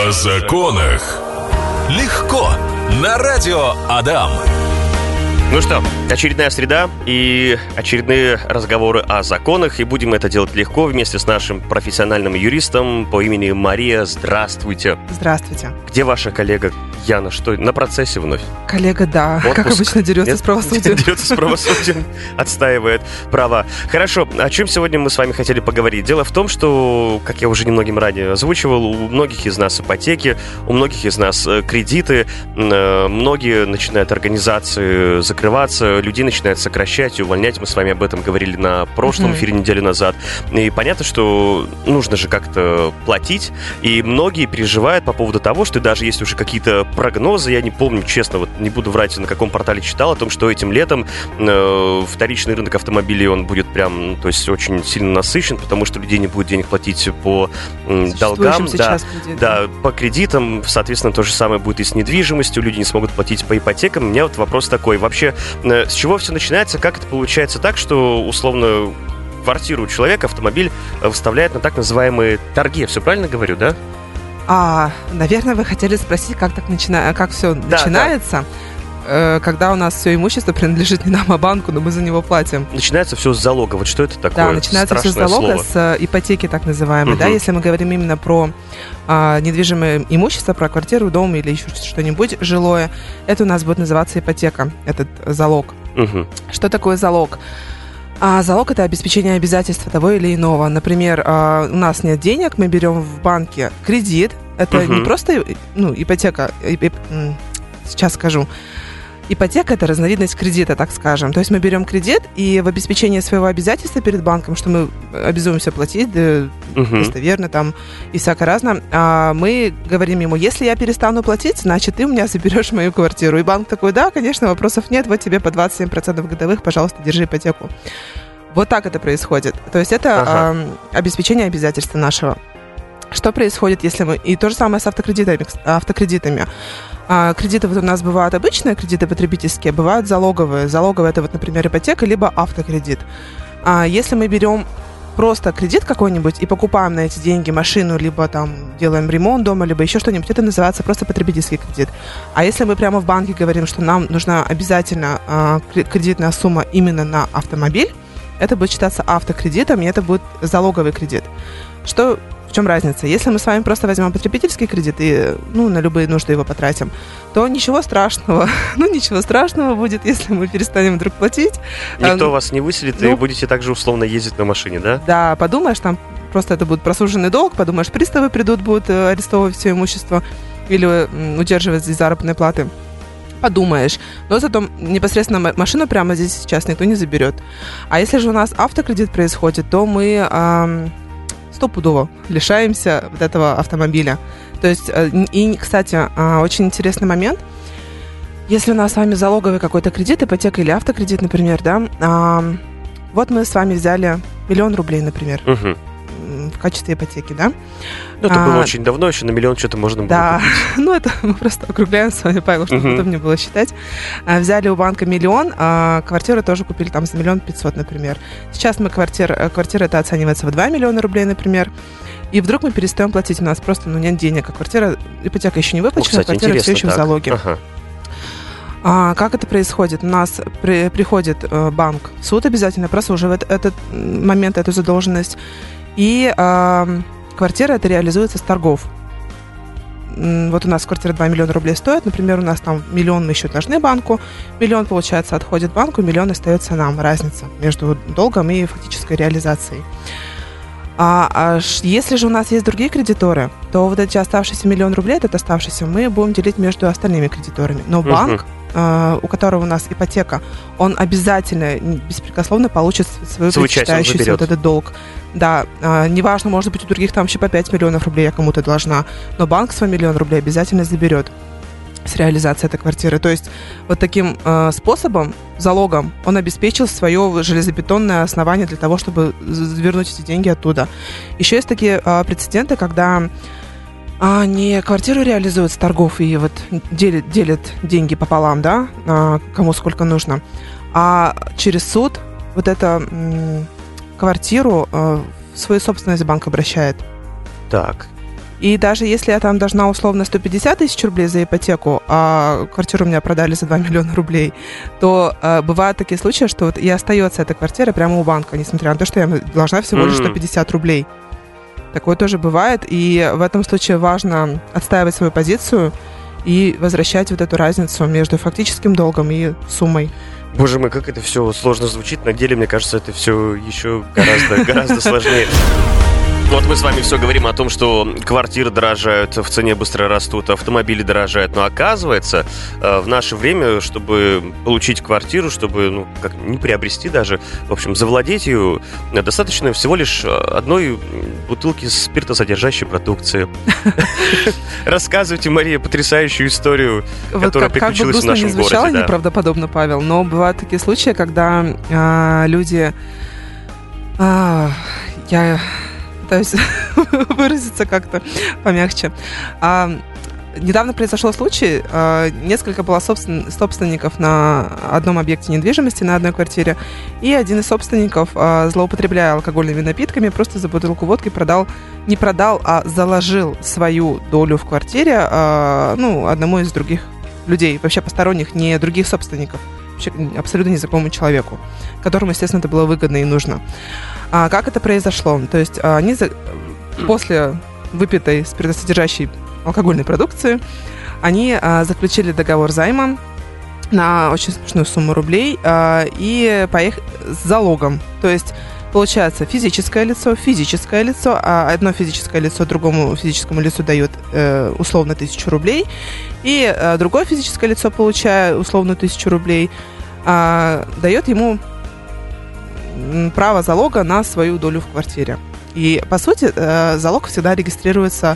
О законах. Легко. На радио Адам. Ну что, очередная среда и очередные разговоры о законах, и будем это делать легко вместе с нашим профессиональным юристом по имени Мария. Здравствуйте. Здравствуйте. Где ваша коллега Яна? Что, на процессе вновь? Коллега, да, Отпуск? как обычно, дерется с правосудием. Дерется с правосудием, отстаивает права. Хорошо, о чем сегодня мы с вами хотели поговорить? Дело в том, что, как я уже немногим ранее озвучивал, у многих из нас ипотеки, у многих из нас кредиты, многие начинают организации закрываться, людей начинают сокращать и увольнять. Мы с вами об этом говорили на прошлом эфире неделю назад. И понятно, что нужно же как-то платить, и многие переживают по поводу того, что даже если уже какие-то прогнозы, я не помню, честно, вот не буду врать, на каком портале читал, о том, что этим летом вторичный рынок автомобилей, он будет прям, то есть очень сильно насыщен, потому что людей не будет денег платить по долгам, да, по кредитам, соответственно, то же самое будет и с недвижимостью, люди не смогут платить по ипотекам. У меня вот вопрос такой, вообще, с чего все начинается, как это получается так, что, условно, квартиру у человека автомобиль выставляет на так называемые торги, я все правильно говорю, да? Наверное, вы хотели спросить, как все начинается, когда у нас все имущество принадлежит не нам, а банку, но мы за него платим. Начинается все с залога. Вот что это такое? Да, начинается все с залога, с ипотеки так называемой. Да, если мы говорим именно про недвижимое имущество, про квартиру, дом или еще что-нибудь жилое, это у нас будет называться ипотека, этот залог. Что такое залог? Залог – это обеспечение обязательства того или иного. Например, у нас нет денег, мы берем в банке кредит. Это не просто ипотека. Сейчас скажу. Ипотека – это разновидность кредита, так скажем. То есть мы берем кредит, и в обеспечении своего обязательства перед банком, что мы обязуемся платить достоверно там и всяко разно, мы говорим ему, если я перестану платить, значит, ты у меня заберешь мою квартиру. И банк такой, да, конечно, вопросов нет, вот тебе по 27% годовых, пожалуйста, держи ипотеку. Вот так это происходит. То есть это обеспечение обязательства нашего. Что происходит, если мы... И то же самое с автокредитами. Кредиты вот у нас бывают обычные, кредиты потребительские, бывают залоговые. Залоговые – это вот, например, ипотека, либо автокредит. Если мы берем просто кредит какой-нибудь и покупаем на эти деньги машину, либо там делаем ремонт дома, либо еще что-нибудь, это называется просто потребительский кредит. А если мы прямо в банке говорим, что нам нужна обязательно кредитная сумма именно на автомобиль, это будет считаться автокредитом, и это будет залоговый кредит. В чем разница? Если мы с вами просто возьмем потребительский кредит и на любые нужды его потратим, то ничего страшного. Ничего страшного будет, если мы перестанем вдруг платить. Никто вас не выселит, и будете также условно ездить на машине, да? Да, подумаешь, там просто это будет просуженный долг, подумаешь, приставы придут, будут арестовывать все имущество или удерживать здесь заработной платы. Подумаешь, но зато непосредственно машину прямо здесь сейчас никто не заберет. А если же у нас автокредит происходит, то мы стопудово лишаемся вот этого автомобиля. То есть, и, кстати, очень интересный момент. Если у нас с вами залоговый какой-то кредит, ипотека или автокредит, например, да, вот мы с вами взяли 1 000 000 рублей, например, в качестве ипотеки, да? Это было очень давно, еще на 1 000 000 что-то можно было купить. Это мы просто округляем с вами, Павел, чтобы потом не было считать. Взяли у банка 1 000 000, квартиру тоже купили там за 1 500 000, например. Сейчас квартира это оценивается в 2 миллиона рублей, например. И вдруг мы перестаем платить, у нас просто нет денег, а ипотека еще не выплачена, квартира все еще в залоге. Как это происходит? У нас приходит банк в суд обязательно, прослушивает этот момент, эту задолженность, и квартира это реализуется с торгов. Вот у нас квартира 2 миллиона рублей стоит, например, у нас там 1 000 000 мы еще должны банку, 1 000 000, получается, отходит банку, 1 000 000 остается нам, разница между долгом и фактической реализацией. Если же у нас есть другие кредиторы, то вот эти оставшиеся 1 000 000 рублей, этот оставшийся, мы будем делить между остальными кредиторами. Но банк, у которого у нас ипотека, он обязательно, беспрекословно получит свою причитающуюся вот этот долг. Да, неважно, может быть, у других там еще по 5 миллионов рублей я кому-то должна, но банк свой 1 000 000 рублей обязательно заберет с реализацией этой квартиры. То есть вот таким способом, залогом, он обеспечил свое железобетонное основание для того, чтобы вернуть эти деньги оттуда. Еще есть такие прецеденты, когда не квартиру реализуют с торгов и вот делят деньги пополам, да, кому сколько нужно, а через суд вот эту квартиру в свою собственность банк обращает. Так. И даже если я там должна условно 150 тысяч рублей за ипотеку, а квартиру у меня продали за 2 миллиона рублей, то бывают такие случаи, что вот и остается эта квартира прямо у банка, несмотря на то, что я должна всего лишь 150 рублей. Такое тоже бывает, и в этом случае важно отстаивать свою позицию и возвращать вот эту разницу между фактическим долгом и суммой. Боже мой, как это все сложно звучит. На деле, мне кажется, это все еще гораздо сложнее. Вот мы с вами все говорим о том, что квартиры дорожают, в цене быстро растут, автомобили дорожают. Но оказывается, в наше время, чтобы получить квартиру, чтобы не приобрести даже, в общем, завладеть ее, достаточно всего лишь одной бутылки спиртосодержащей продукции. Рассказывайте, Мария, потрясающую историю, которая приключилась в нашем городе. Как бы грустно не звучало неправдоподобно, Павел, но бывают такие случаи, когда люди... Я пытаюсь выразиться как-то помягче. Недавно произошел случай, несколько было собственников на одном объекте недвижимости, на одной квартире, и один из собственников, злоупотребляя алкогольными напитками, просто за бутылку водки не продал, а заложил свою долю в квартире одному из других людей, вообще посторонних, не других собственников, вообще абсолютно незнакомому человеку, которому, естественно, это было выгодно и нужно. Как это произошло? То есть они после выпитой спиртосодержащей алкогольной продукции они заключили договор займа на очень смешную сумму рублей и поехали с залогом. То есть получается физическое лицо, а одно физическое лицо другому физическому лицу дает условно 1000 рублей, и другое физическое лицо, получая условно 1000 рублей, дает ему право залога на свою долю в квартире. И, по сути, залог всегда регистрируется,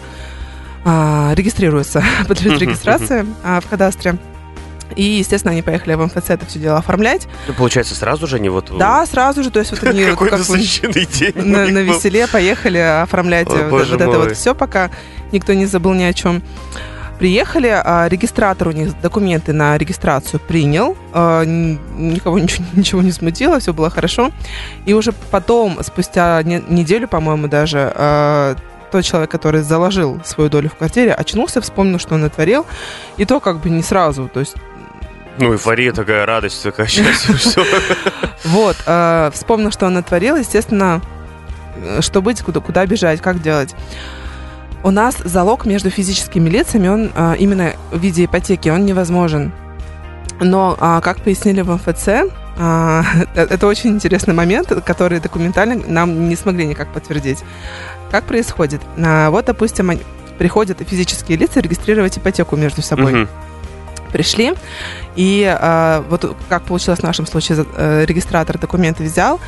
подлежит регистрации в кадастре. И, естественно, они поехали в МФЦ это все дело оформлять. Получается, сразу же они вот... Да, сразу же. То есть вот они какой насыщенный день на веселе поехали оформлять это вот все, пока никто не забыл ни о чем. Приехали, регистратор у них документы на регистрацию принял, никого ничего не смутило, все было хорошо. И уже потом, спустя неделю, по-моему, даже, тот человек, который заложил свою долю в квартире, очнулся, вспомнил, что он натворил, и то как бы не сразу, то есть... эйфория такая, радость такая, счастье, все. Вот, вспомнил, что он натворил, естественно, что быть, куда бежать, как делать. У нас залог между физическими лицами, он именно в виде ипотеки, он невозможен. Но, как пояснили в МФЦ, это очень интересный момент, который документально нам не смогли никак подтвердить. Как происходит? Вот, допустим, приходят физические лица регистрировать ипотеку между собой. Пришли, и вот как получилось в нашем случае, регистратор документы взял,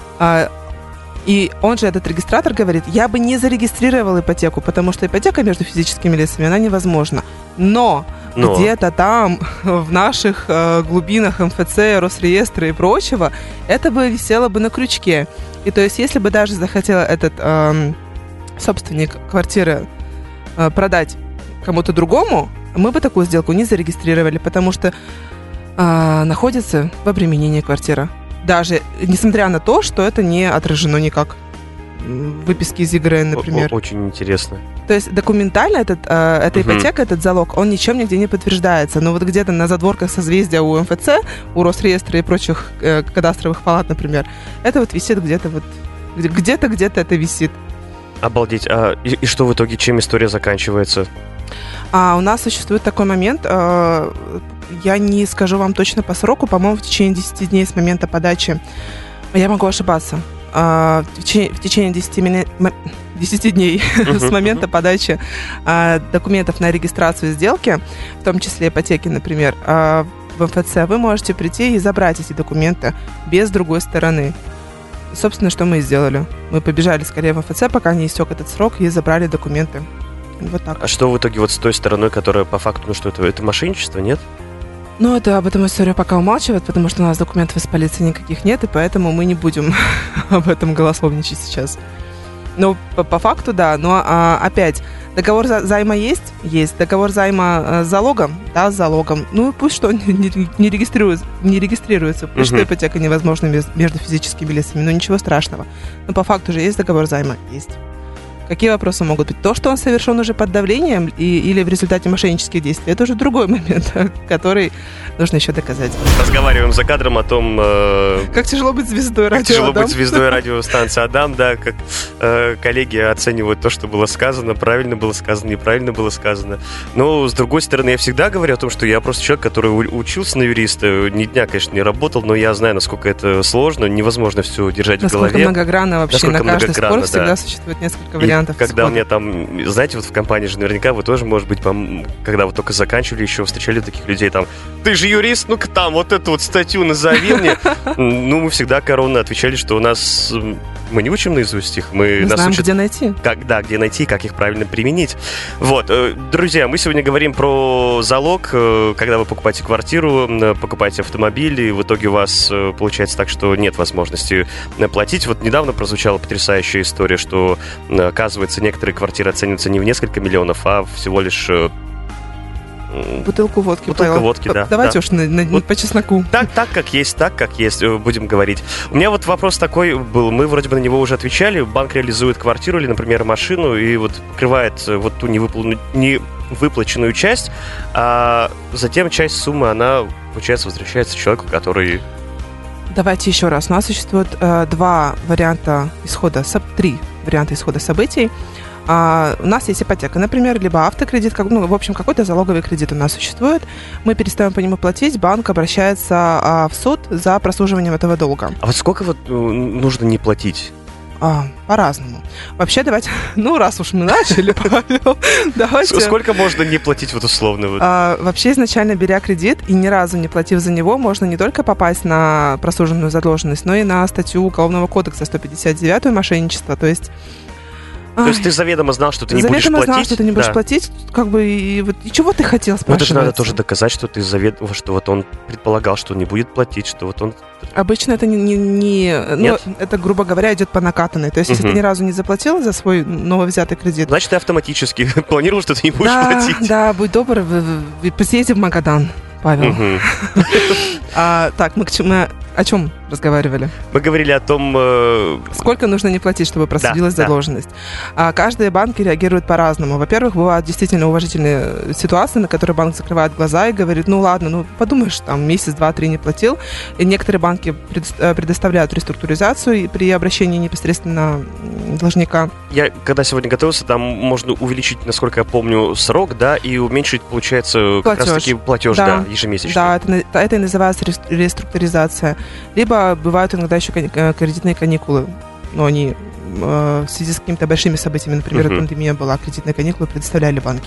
и он же, этот регистратор, говорит, я бы не зарегистрировал ипотеку, потому что ипотека между физическими лицами, она невозможна. Но где-то там, в наших глубинах МФЦ, Росреестра и прочего, это бы висело бы на крючке. И то есть, если бы даже захотел этот собственник квартиры продать кому-то другому, мы бы такую сделку не зарегистрировали, потому что находится в обременении квартира. Даже несмотря на то, что это не отражено никак в выписке из ЕГРН, например. Очень интересно. То есть документально эта ипотека, этот залог, он ничем нигде не подтверждается. Но вот где-то на задворках созвездия у МФЦ, у Росреестра и прочих кадастровых палат, например, это вот висит где-то это висит. Обалдеть. И что в итоге, чем история заканчивается? У нас существует такой момент, я не скажу вам точно по сроку, по-моему, в течение 10 дней с момента подачи, я могу ошибаться, в течение 10 дней с момента подачи документов на регистрацию сделки, в том числе ипотеки, например, в МФЦ, вы можете прийти и забрать эти документы без другой стороны. Собственно, что мы и сделали. Мы побежали скорее в МФЦ, пока не истек этот срок, и забрали документы. Вот так. А что в итоге вот с той стороной, которая по факту, что это мошенничество, нет? Это об этом история пока умалчивает, потому что у нас документов из полиции никаких нет, и поэтому мы не будем об этом голословничать сейчас. Но по факту, да. Но опять, договор займа есть? Есть. Договор займа с залогом? Да, с залогом. Пусть что не регистрируется. Пусть что ипотека невозможна между физическими лицами. Ничего страшного. Но по факту же есть договор займа? Есть. Какие вопросы могут быть? То, что он совершен уже под давлением или в результате мошеннических действий, это уже другой момент, который нужно еще доказать. Разговариваем за кадром о том... Как тяжело быть звездой радио Тяжело Адам. быть звездой радиостанции Адам, да, как коллеги оценивают то, что было сказано, правильно было сказано, неправильно было сказано. Но, с другой стороны, я всегда говорю о том, что я просто человек, который учился на юриста, ни дня, конечно, не работал, но я знаю, насколько это сложно, невозможно все держать в голове. Насколько многогранно вообще, на каждый спор всегда существует несколько вариантов. Когда у меня там, знаете, вот в компании же наверняка вы тоже, может быть, когда вы только заканчивали, еще встречали таких людей, там, ты же юрист, ну-ка там, вот эту вот статью назови мне. Ну, мы всегда коронно отвечали, что у нас... Мы не учим наизусть их, мы знаем, где найти. Где найти, как их правильно применить. Вот, друзья, мы сегодня говорим про залог, когда вы покупаете квартиру, покупаете автомобиль, и в итоге у вас получается так, что нет возможности платить. Вот недавно прозвучала потрясающая история, что, оказывается, некоторые квартиры оцениваются не в несколько миллионов, а всего лишь... Бутылку водки. Бутылка водки, да. Давайте да. уж вот по чесноку. Так, как есть, будем говорить. У меня вот вопрос такой был, мы вроде бы на него уже отвечали. Банк реализует квартиру или, например, машину, и вот покрывает вот ту невыплаченную часть, а затем часть суммы, она, получается, возвращается человеку, который... Давайте еще раз. У нас существует три варианта исхода событий. У нас есть ипотека, например, либо автокредит, в общем, какой-то залоговый кредит у нас существует. Мы перестаем по нему платить, банк обращается в суд за прослуживанием этого долга. А вот сколько вот нужно не платить? По-разному. Вообще, давайте, раз уж мы начали, Павел, давайте... Сколько можно не платить вот условно? Вообще, изначально беря кредит и ни разу не платив за него, можно не только попасть на прослуженную задолженность, но и на статью Уголовного кодекса 159 мошенничество, То есть ты заведомо знал, что ты не будешь платить? Заведомо знал, что ты не будешь платить, и чего ты хотел, спрашивается? Это же надо тоже доказать, что ты что вот он предполагал, что он не будет платить, что вот он... Обычно это это, грубо говоря, идет по накатанной. То есть, если ты ни разу не заплатил за свой нововзятый кредит... Значит, ты автоматически планировал, что ты не будешь платить. Да, будь добр, съезди в Магадан, Павел. Так, мы о чем разговаривали? Мы говорили о том... Сколько нужно не платить, чтобы просудилась задолженность. Каждые банки реагируют по-разному. Во-первых, бывают действительно уважительные ситуации, на которые банк закрывает глаза и говорит, ладно, подумаешь, там месяц, два, три не платил. И некоторые банки предоставляют реструктуризацию при обращении непосредственно должника. Я, когда сегодня готовился, там можно увеличить, насколько я помню, срок, да, и уменьшить, получается, как раз-таки платеж, ежемесячный. Да, это и называется реструктуризация. Либо бывают иногда еще кредитные каникулы, но они в связи с какими-то большими событиями, например, пандемия была, кредитные каникулы предоставляли банки.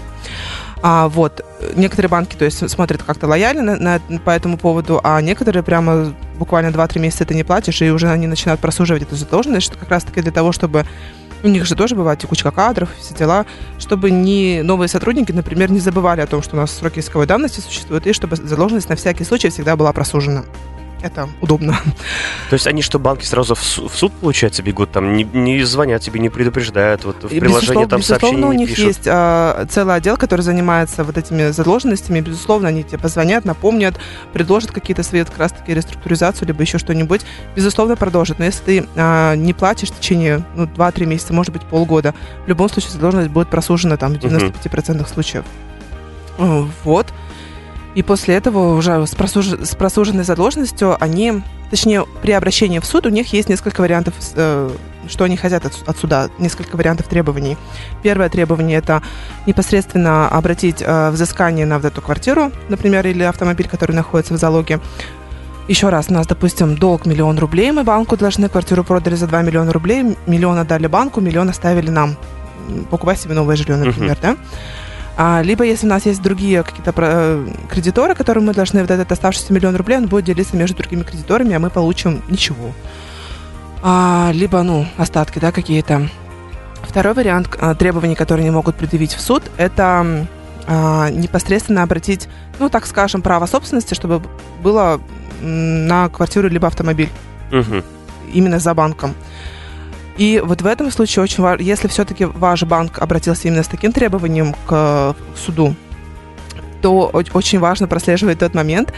Некоторые банки, то есть, смотрят как-то лояльно по этому поводу, а некоторые прямо буквально 2-3 месяца ты не платишь, и уже они начинают просуживать эту задолженность, что как раз-таки для того, чтобы... У них же тоже бывает текучка кадров, все дела, чтобы новые сотрудники, например, не забывали о том, что у нас сроки исковой давности существуют, и чтобы задолженность на всякий случай всегда была просужена. Это удобно. То есть они что, банки сразу в суд, получается, бегут? Там не звонят тебе, не предупреждают? Вот в приложении там сообщения не пишут? Безусловно, у них есть целый отдел, который занимается вот этими задолженностями. Безусловно, они тебе позвонят, напомнят, предложат какие-то свои как раз-таки реструктуризацию, либо еще что-нибудь. Безусловно, продолжат. Но если ты не платишь в течение 2-3 месяца, может быть, полгода, в любом случае задолженность будет просужена там, в 95% случаев. Вот. И после этого уже с просуженной задолженностью при обращении в суд у них есть несколько вариантов, что они хотят от суда, несколько вариантов требований. Первое требование – это непосредственно обратить взыскание на вот эту квартиру, например, или автомобиль, который находится в залоге. Еще раз, у нас, допустим, долг 1 000 000 рублей, мы банку должны, квартиру продали за 2 миллиона рублей, 1 000 000 отдали банку, 1 000 000 оставили нам, покупать себе новое жилье, например, да? Либо, если у нас есть другие какие-то кредиторы, которым мы должны, вот этот оставшийся 1 000 000 рублей, он будет делиться между другими кредиторами, а мы получим ничего. Либо, остатки, да, какие-то. Второй вариант требований, которые не могут предъявить в суд, это непосредственно обратить, так скажем, право собственности, чтобы было на квартиру либо автомобиль. Именно за банком. И вот в этом случае очень важно, если все-таки ваш банк обратился именно с таким требованием к суду, то очень важно прослеживать тот момент.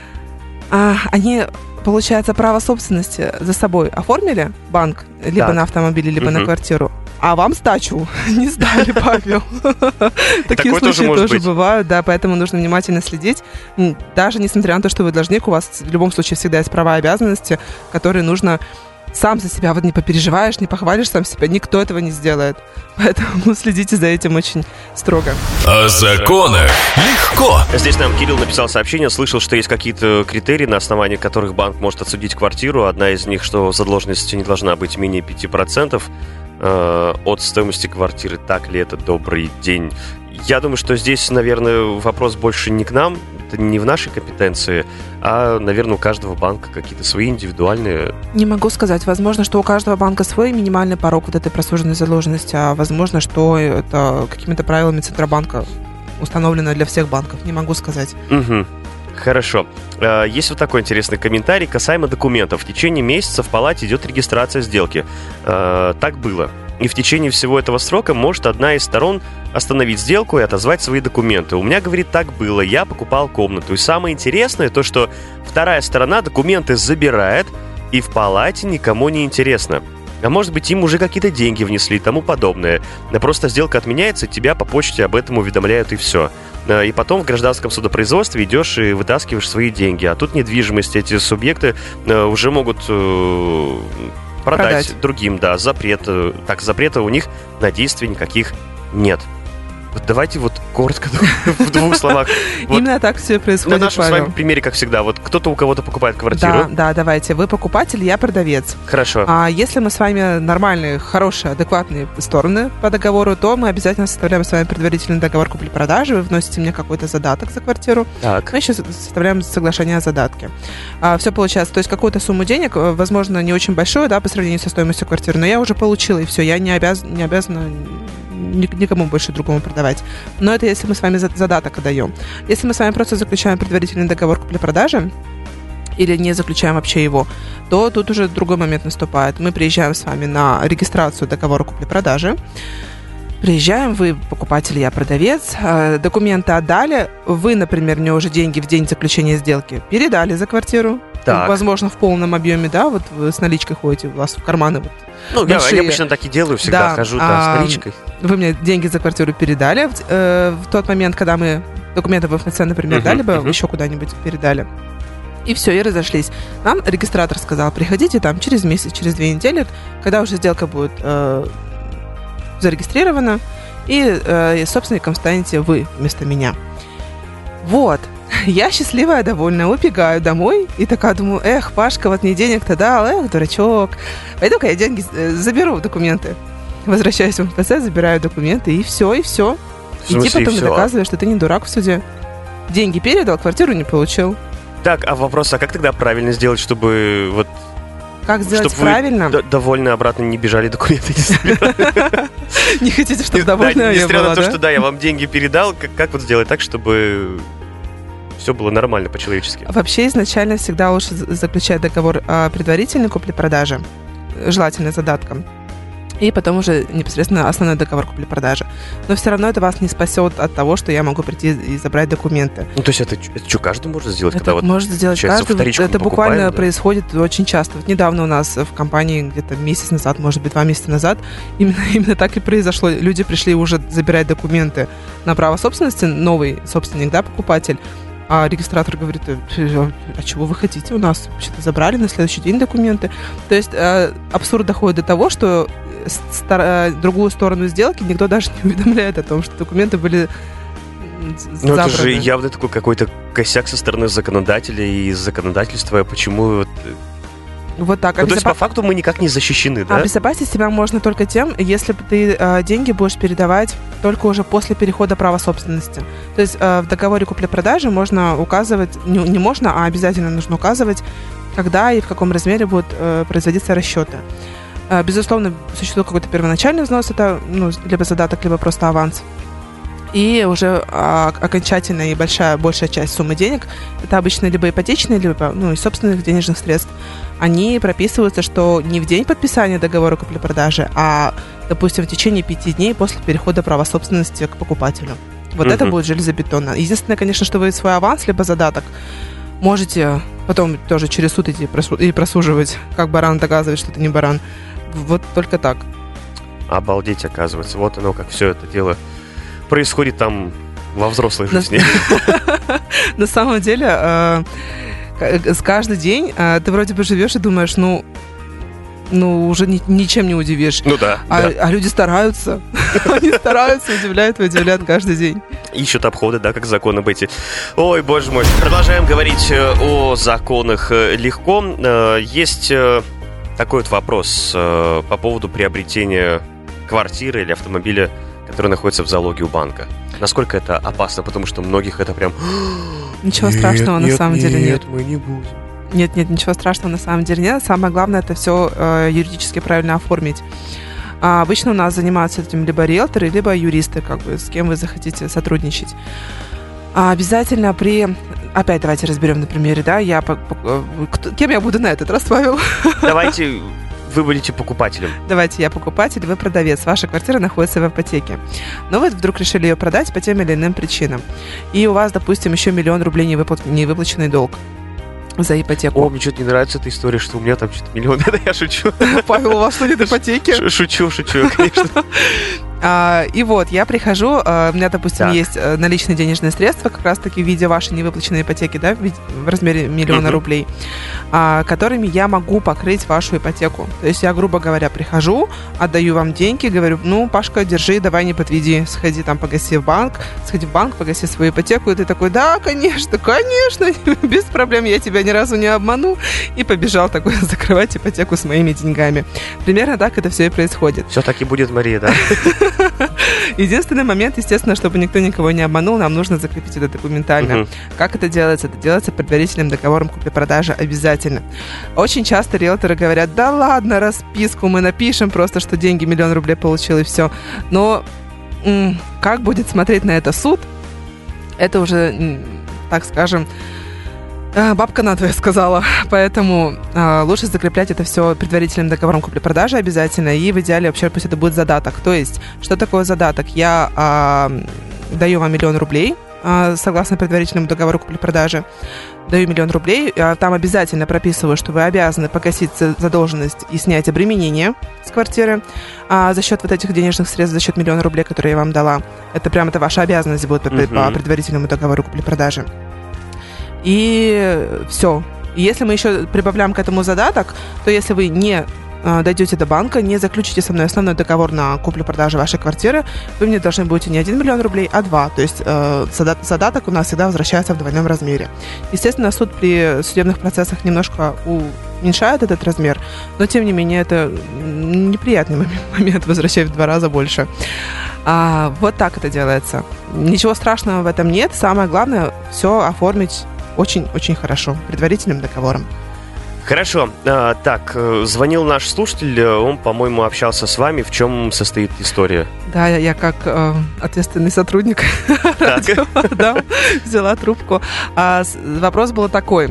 Они, получается, право собственности за собой оформили, банк, либо на автомобиль, либо на квартиру. а вам сдачу не сдали, Павел. Такие случаи тоже бывают, да, поэтому нужно внимательно следить. Даже несмотря на то, что вы должник, у вас в любом случае всегда есть права и обязанности, которые нужно сам за себя. Вот не попереживаешь, не похвалишь сам себя, никто этого не сделает. Поэтому следите за этим очень строго. О законах легко. Здесь нам Кирилл написал сообщение, слышал, что есть какие-то критерии, на основании которых банк может отсудить квартиру. Одна из них, что задолженность не должна быть менее 5% от стоимости квартиры. Так ли это? Добрый день. Я думаю, что здесь, наверное, вопрос больше не к нам, это не в нашей компетенции, а, наверное, у каждого банка какие-то свои индивидуальные... Не могу сказать. Возможно, что у каждого банка свой минимальный порог вот этой просуженной задолженности, а возможно, что это какими-то правилами Центробанка установлено для всех банков. Не могу сказать. Угу. Хорошо. Есть вот такой интересный комментарий касаемо документов. В течение месяца в палате идет регистрация сделки. Так было. И в течение всего этого срока может одна из сторон остановить сделку и отозвать свои документы. У меня, говорит, так было. Я покупал комнату. И самое интересное то, что вторая сторона документы забирает, и в палате никому не интересно. А может быть, им уже какие-то деньги внесли и тому подобное. Просто сделка отменяется, тебя по почте об этом уведомляют, и все. И потом в гражданском судопроизводстве идешь и вытаскиваешь свои деньги. А тут недвижимость, эти субъекты уже могут продать другим, да, запрета у них на действия никаких нет. Вот давайте вот коротко, в двух словах. Именно так все происходит, на нашем с вами примере, как всегда. Вот кто-то у кого-то покупает квартиру. Да, давайте. Вы покупатель, я продавец. Хорошо. А если мы с вами нормальные, хорошие, адекватные стороны по договору, то мы обязательно составляем с вами предварительный договор купли-продажи, вы вносите мне какой-то задаток за квартиру. Так. Мы еще составляем соглашение о задатке. Все получается. То есть какую-то сумму денег, возможно, не очень большую, да, по сравнению со стоимостью квартиры, но я уже получила, и все, я не обязана никому больше другому продавать. Но это если мы с вами задаток отдаем. Если мы с вами просто заключаем предварительный договор купли-продажи или не заключаем вообще его, то тут уже другой момент наступает. Мы приезжаем с вами на регистрацию договора купли-продажи. Приезжаем, вы покупатель, я продавец, документы отдали, вы, например, мне уже деньги в день заключения сделки передали за квартиру. Так. Возможно, в полном объеме, да, вот вы с наличкой ходите, у вас в карманы вот. Ну, я обычно так и делаю, всегда хожу с наличкой. Вы мне деньги за квартиру передали в тот момент, когда мы документы в ФНЦ, например, дали бы, еще куда-нибудь передали. И все, и разошлись. Нам регистратор сказал, приходите там через месяц, через 2 недели, когда уже сделка будет зарегистрирована, и собственником станете вы вместо меня. Вот. Я счастливая, довольная, убегаю домой и такая думаю, Пашка, вот мне денег-то дал, дурачок. Пойду-ка я деньги заберу, документы. Возвращаюсь в МФЦ, забираю документы, и все, и все. Иди потом и доказывай, что ты не дурак в суде. Деньги передал, квартиру не получил. Так, а вопрос, а как тогда правильно сделать, чтобы вот... Как сделать правильно? Довольно обратно не бежали документы. Не хотите, чтобы довольно я была, да? Несмотря на то, что да, я вам деньги передал, как вот сделать так, чтобы... все было нормально по-человечески. Вообще изначально всегда лучше заключать договор о предварительной купле-продаже, желательно задатком, и потом уже непосредственно основной договор купли-продажи. Но все равно это вас не спасет от того, что я могу прийти и забрать документы. Ну, то есть это что, каждый может сделать? Это когда может сделать каждый. Это буквально происходит очень часто. Вот недавно у нас в компании, где-то месяц назад, может быть, 2 месяца назад, именно так и произошло. Люди пришли уже забирать документы на право собственности, новый собственник, да, покупатель. А регистратор говорит, а чего вы хотите? У нас вообще-то забрали на следующий день документы. То есть абсурд доходит до того, что другую сторону сделки никто даже не уведомляет о том, что документы были забраны. Ну это же явно такой какой-то косяк со стороны законодателя и законодательства. Почему... Вот так. Ну, то есть, по факту, мы никак не защищены, да? Обезопасить себя можно только тем, если ты деньги будешь передавать только уже после перехода права собственности. То есть в договоре купли-продажи можно указывать, не можно, а обязательно нужно указывать, когда и в каком размере будут производиться расчеты. Безусловно, существует какой-то первоначальный взнос, это либо задаток, либо просто аванс. И уже окончательная и большая часть суммы денег, это обычно либо ипотечные, либо из собственных денежных средств, они прописываются, что не в день подписания договора купли-продажи, а, допустим, в течение 5 дней после перехода права собственности к покупателю. Вот это будет железобетонно. Единственное, конечно, что вы свой аванс, либо задаток можете потом тоже через суд идти и просуживать, как баран доказывать, что ты не баран. Вот только так. Обалдеть, оказывается. Вот оно, как все это дело происходит там во взрослой жизни. На самом деле, с каждый день ты вроде бы живешь и думаешь, уже ничем не удивишь. Да. А люди стараются. Они стараются, удивляют каждый день. Ищут обходы, как законы эти. Ой, боже мой. Продолжаем говорить о законах легко. Есть такой вот вопрос по поводу приобретения квартиры или автомобиля, который находится в залоге у банка. Насколько это опасно, потому что многих это прям... Ничего страшного на самом деле нет. Нет, мы не будем. Нет, ничего страшного на самом деле нет. Самое главное, это все юридически правильно оформить. Обычно у нас занимаются этим либо риэлторы, либо юристы, с кем вы захотите сотрудничать. Обязательно Опять давайте разберем на примере, да? Кем я буду на этот раз, Павел? Давайте... Вы будете покупателем. Давайте, я покупатель, вы продавец. Ваша квартира находится в ипотеке. Но вы вдруг решили ее продать по тем или иным причинам. И у вас, допустим, еще 1 000 000 рублей невыплаченный долг за ипотеку. Мне что-то не нравится эта история, что у меня там что-то 1 000 000. Это я шучу. Павел, у вас что, нет ипотеки? Шучу, конечно. И вот, я прихожу, у меня, допустим, есть наличные денежные средства, как раз-таки в виде вашей невыплаченной ипотеки, да, в размере 1 000 000 рублей, которыми я могу покрыть вашу ипотеку. То есть я, грубо говоря, прихожу, отдаю вам деньги, говорю, Пашка, держи, давай не подведи, сходи в банк, погаси свою ипотеку, и ты такой, да, конечно, без проблем, я тебя ни разу не обману, и побежал такой закрывать ипотеку с моими деньгами. Примерно так это все и происходит. Все так и будет, Мария, да? Единственный момент, естественно, чтобы никто никого не обманул, нам нужно закрепить это документально. Как это делается? Это делается предварительным договором купли-продажи обязательно. Очень часто риэлторы говорят, да ладно, расписку мы напишем, просто что деньги 1 000 000 рублей получил и все. Но как будет смотреть на это суд, это уже, так скажем, бабка надвое сказала, поэтому лучше закреплять это все предварительным договором купли-продажи обязательно, и в идеале вообще пусть это будет задаток. То есть, что такое задаток? Я даю вам 1 000 000 рублей, согласно предварительному договору купли-продажи, даю 1 000 000 рублей, там обязательно прописываю, что вы обязаны погасить задолженность и снять обременение с квартиры за счет вот этих денежных средств, за счет 1 000 000 рублей, которые я вам дала. Это ваша обязанность будет по предварительному договору купли-продажи. И все. И если мы еще прибавляем к этому задаток, то если вы не дойдете до банка, не заключите со мной основной договор на куплю-продажу вашей квартиры, вы мне должны будете не 1 000 000 рублей, а 2. То есть задаток у нас всегда возвращается в двойном размере. Естественно, суд при судебных процессах немножко уменьшает этот размер, но тем не менее это неприятный момент возвращать в 2 раза больше. Вот так это делается. Ничего страшного в этом нет. Самое главное все оформить очень-очень хорошо, предварительным договором. Хорошо. Так, звонил наш слушатель, он, по-моему, общался с вами. В чем состоит история? Да, я как ответственный сотрудник радио, взяла трубку. Вопрос был такой.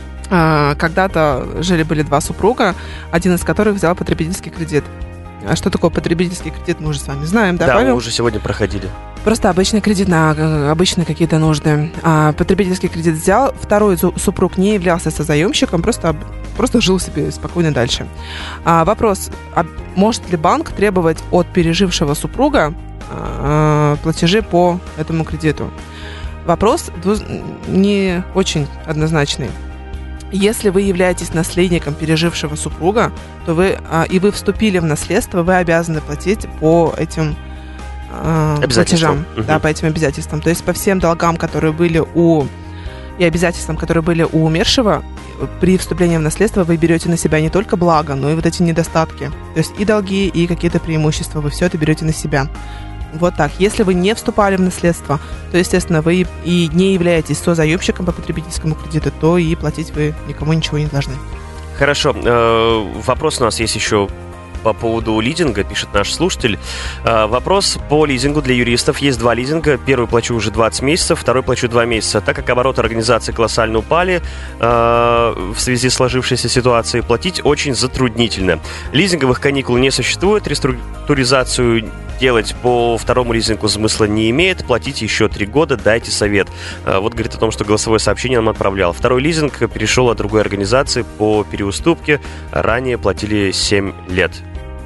Когда-то жили-были 2 супруга, один из которых взял потребительский кредит. А что такое потребительский кредит, мы уже с вами знаем, да, Павел? Да, мы уже сегодня проходили. Просто обычный кредит на обычные какие-то нужды. Потребительский кредит взял, второй супруг не являлся созаемщиком, просто жил себе спокойно дальше. Вопрос, может ли банк требовать от пережившего супруга платежи по этому кредиту? Вопрос не очень однозначный. Если вы являетесь наследником пережившего супруга, то вы вступили в наследство, вы обязаны платить по этим платежам, по этим обязательствам. То есть по всем долгам, которые были и обязательствам, которые были у умершего, при вступлении в наследство вы берете на себя не только благо, но и вот эти недостатки. То есть и долги, и какие-то преимущества, вы все это берете на себя. Вот так. Если вы не вступали в наследство, то, естественно, вы и не являетесь созаемщиком по потребительскому кредиту, то и платить вы никому ничего не должны. Хорошо. Вопрос у нас есть еще по поводу лизинга, пишет наш слушатель. Вопрос по лизингу для юристов. Есть 2 лизинга. Первый плачу уже 20 месяцев, второй плачу 2 месяца. Так как обороты организации колоссально упали в связи с сложившейся ситуацией, платить очень затруднительно. Лизинговых каникул не существует, реструктуризацию делать по второму лизингу смысла не имеет, платите еще 3 года, дайте совет. Вот говорит о том, что голосовое сообщение нам отправлял. Второй лизинг перешел от другой организации по переуступке, ранее платили 7 лет.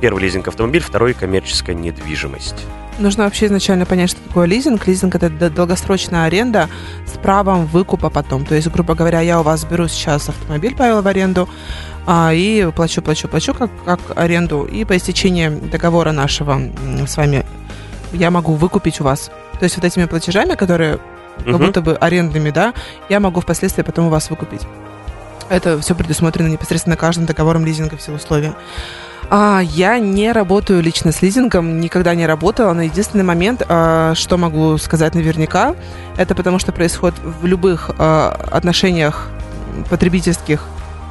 Первый лизинг автомобиль, второй коммерческая недвижимость. Нужно вообще изначально понять, что такое лизинг. Лизинг – это долгосрочная аренда с правом выкупа потом. То есть, грубо говоря, я у вас беру сейчас автомобиль, Павел, в аренду, и плачу как аренду. И по истечении договора нашего с вами я могу выкупить у вас. То есть вот этими платежами, которые как будто бы арендными, да, я могу впоследствии потом у вас выкупить. Это все предусмотрено непосредственно каждым договором лизинга, все условия. Я не работаю лично с лизингом, никогда не работала, но единственный момент, что могу сказать наверняка, это потому что происходит в любых отношениях потребительских,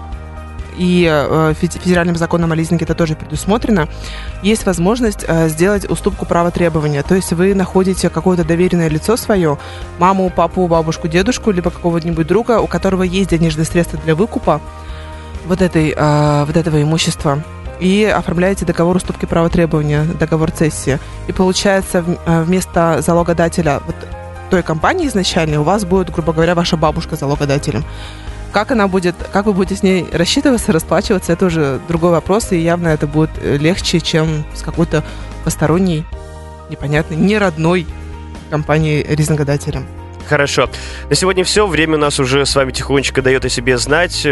и федеральным законом о лизинге это тоже предусмотрено, есть возможность сделать уступку права требования. То есть вы находите какое-то доверенное лицо свое, маму, папу, бабушку, дедушку, либо какого-нибудь друга, у которого есть денежные средства для выкупа вот этого имущества, и оформляете договор уступки права требования, договор цессии. И получается, вместо залогодателя вот той компании изначальной у вас будет, грубо говоря, ваша бабушка залогодателем. Как вы будете с ней рассчитываться, расплачиваться, это уже другой вопрос, и явно это будет легче, чем с какой-то посторонней, непонятной, не родной компанией лизингодателем. Хорошо. На сегодня все. Время у нас уже с вами тихонечко дает о себе знать.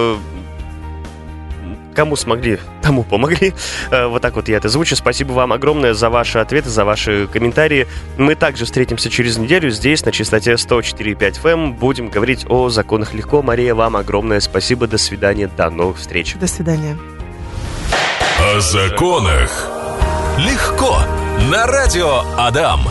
Кому смогли, тому помогли. Вот так вот я это звучу. Спасибо вам огромное за ваши ответы, за ваши комментарии. Мы также встретимся через неделю здесь, на частоте 104.5 FM. Будем говорить о законах легко. Мария, вам огромное спасибо. До свидания. До новых встреч. До свидания. О законах легко. На радио Адам.